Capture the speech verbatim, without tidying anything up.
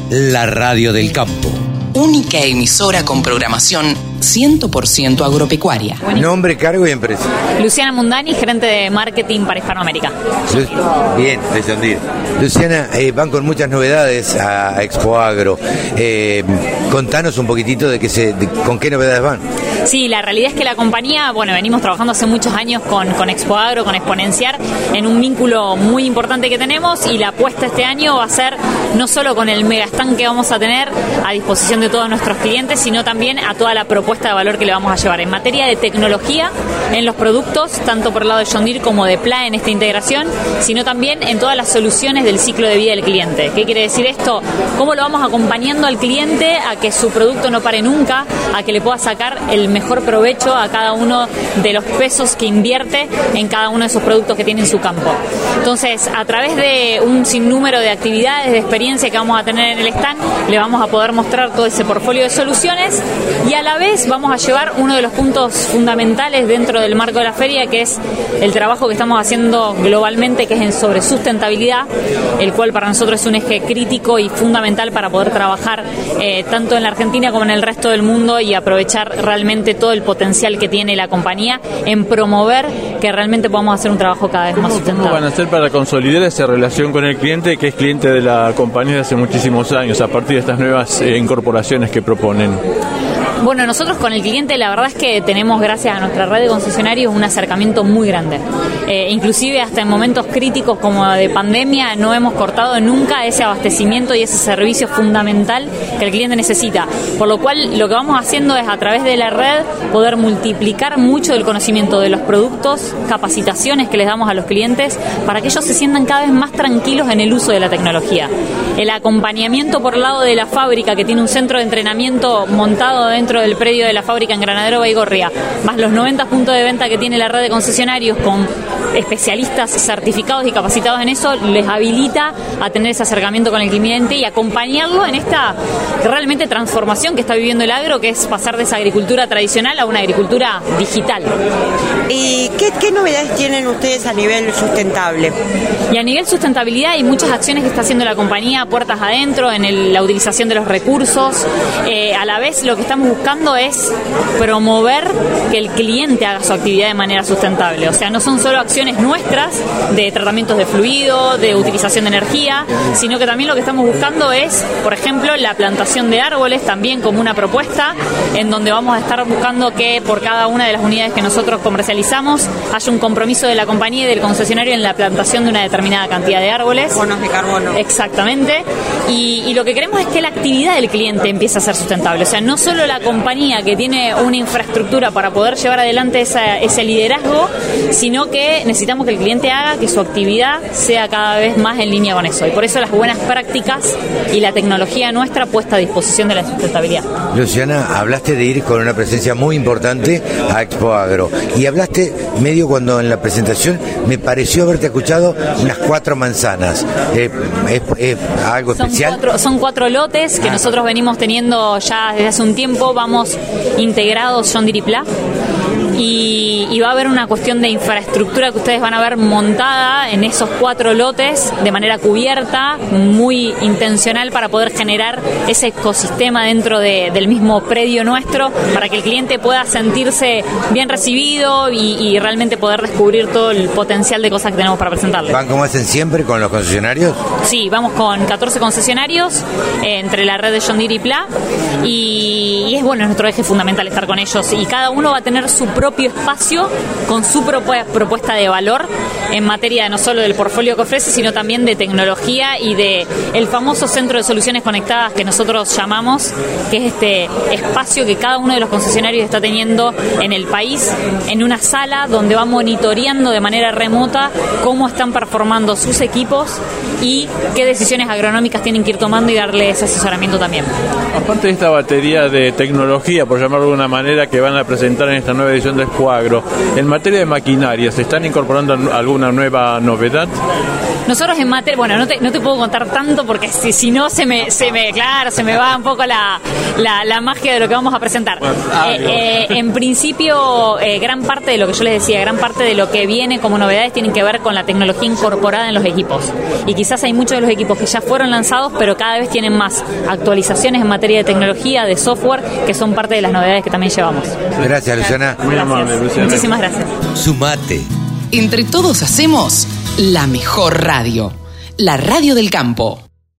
la radio del campo. Única emisora con programación cien por ciento agropecuaria. Nombre, cargo y empresa. Luciana Mundani, gerente de marketing para Hispanoamérica. Lu- Bien, de Yondir. Luciana, eh, van con muchas novedades a Expo Agro. Eh, contanos un poquitito de, qué se, de con qué novedades van. Sí, la realidad es que la compañía, bueno, venimos trabajando hace muchos años con, con Expo Agro, con Exponenciar, en un vínculo muy importante que tenemos, y la apuesta este año va a ser no solo con el mega stand que vamos a tener a disposición de todos nuestros clientes, sino también a toda la propuesta de valor que le vamos a llevar en materia de tecnología en los productos, tanto por el lado de John Deere como de P L A en esta integración, sino también en todas las soluciones del ciclo de vida del cliente. ¿Qué quiere decir esto? ¿Cómo lo vamos acompañando al cliente a que su producto no pare nunca, a que le pueda sacar el mejor provecho a cada uno de los pesos que invierte en cada uno de esos productos que tiene en su campo? Entonces, a través de un sinnúmero de actividades, de experiencia que vamos a tener en el stand, le vamos a poder mostrar todo ese portfolio de soluciones, y a la vez vamos a llevar uno de los puntos fundamentales dentro del marco de la feria, que es el trabajo que estamos haciendo globalmente, que es en sobre sustentabilidad, el cual para nosotros es un eje crítico y fundamental para poder trabajar eh, tanto en la Argentina como en el resto del mundo, y aprovechar realmente todo el potencial que tiene la compañía en promover que realmente podamos hacer un trabajo cada vez más sustentable. ¿Cómo van a hacer para consolidar esa relación con el cliente, que es cliente de la compañía de hace muchísimos años, a partir de estas nuevas eh, incorporaciones que proponen? Bueno, nosotros con el cliente la verdad es que tenemos, gracias a nuestra red de concesionarios, un acercamiento muy grande. Eh, inclusive hasta en momentos críticos como de pandemia no hemos cortado nunca ese abastecimiento y ese servicio fundamental que el cliente necesita. Por lo cual lo que vamos haciendo es, a través de la red, poder multiplicar mucho el conocimiento de los productos, capacitaciones que les damos a los clientes para que ellos se sientan cada vez más tranquilos en el uso de la tecnología. El acompañamiento por el lado de la fábrica, que tiene un centro de entrenamiento montado dentro del predio de la fábrica en Granadero Baigorria, más los noventa puntos de venta que tiene la red de concesionarios con especialistas certificados y capacitados en eso, les habilita a tener ese acercamiento con el cliente y acompañarlo en esta realmente transformación que está viviendo el agro, que es pasar de esa agricultura tradicional a una agricultura digital. ¿Y qué, qué novedades tienen ustedes a nivel sustentable? Y a nivel sustentabilidad hay muchas acciones que está haciendo la compañía puertas adentro en el, la utilización de los recursos. Eh, a la vez lo que estamos buscando es promover que el cliente haga su actividad de manera sustentable. O sea, no son solo acciones nuestras de tratamientos de fluido, de utilización de energía, sino que también lo que estamos buscando es, por ejemplo, la plantación de árboles también como una propuesta, en donde vamos a estar buscando que por cada una de las unidades que nosotros comercializamos haya un compromiso de la compañía y del concesionario en la plantación de una determinada cantidad de árboles. Bonos de carbono. Exactamente. Y, y lo que queremos es que la actividad del cliente empiece a ser sustentable. O sea, no solo la compañía que tiene una infraestructura para poder llevar adelante esa, ese liderazgo, sino que necesitamos que el cliente haga que su actividad sea cada vez más en línea con eso. Y por eso las buenas prácticas y la tecnología nuestra puesta a disposición de la sustentabilidad. Luciana, hablaste de ir con una presencia muy importante a Expo Agro, y hablaste medio cuando en la presentación me pareció haberte escuchado unas cuatro manzanas. Eh, ¿es, es algo son especial? Cuatro, son cuatro lotes que ah. nosotros venimos teniendo ya desde hace un tiempo. Vamos integrados John Deere y P L A. Y, y va a haber una cuestión de infraestructura que ustedes van a ver montada en esos cuatro lotes de manera cubierta, muy intencional, para poder generar ese ecosistema dentro de, del mismo predio nuestro, para que el cliente pueda sentirse bien recibido y, y realmente poder descubrir todo el potencial de cosas que tenemos para presentarles. ¿Van como hacen siempre con los concesionarios? Sí, vamos con catorce concesionarios eh, entre la red de John Deere y P L A, y, y es bueno, es nuestro eje fundamental estar con ellos, y cada uno va a tener su propio espacio con su propia propuesta de valor en materia no solo del portfolio que ofrece, sino también de tecnología y de el famoso centro de soluciones conectadas que nosotros llamamos, que es este espacio que cada uno de los concesionarios está teniendo en el país, en una sala donde va monitoreando de manera remota cómo están performando sus equipos y qué decisiones agronómicas tienen que ir tomando, y darle ese asesoramiento también. Aparte de esta batería de tecnología, por llamarlo de una manera, que van a presentar en esta nueva edición de Expo Agro, en materia de maquinaria, ¿se están incorporando alguna nueva novedad? Nosotros en materia, bueno, no te, no te puedo contar tanto porque si, si no se me, se me, claro, se me va un poco la, la, la magia de lo que vamos a presentar. Eh, eh, en principio, eh, gran parte de lo que yo les decía, gran parte de lo que viene como novedades tienen que ver con la tecnología incorporada en los equipos. Y quizás hay muchos de los equipos que ya fueron lanzados, pero cada vez tienen más actualizaciones en materia de tecnología, de software, que son parte de las novedades que también llevamos. Gracias, Luciana. Muy amable, Luciana. Muchísimas gracias. Sumate. Entre todos hacemos la mejor radio, la radio del campo.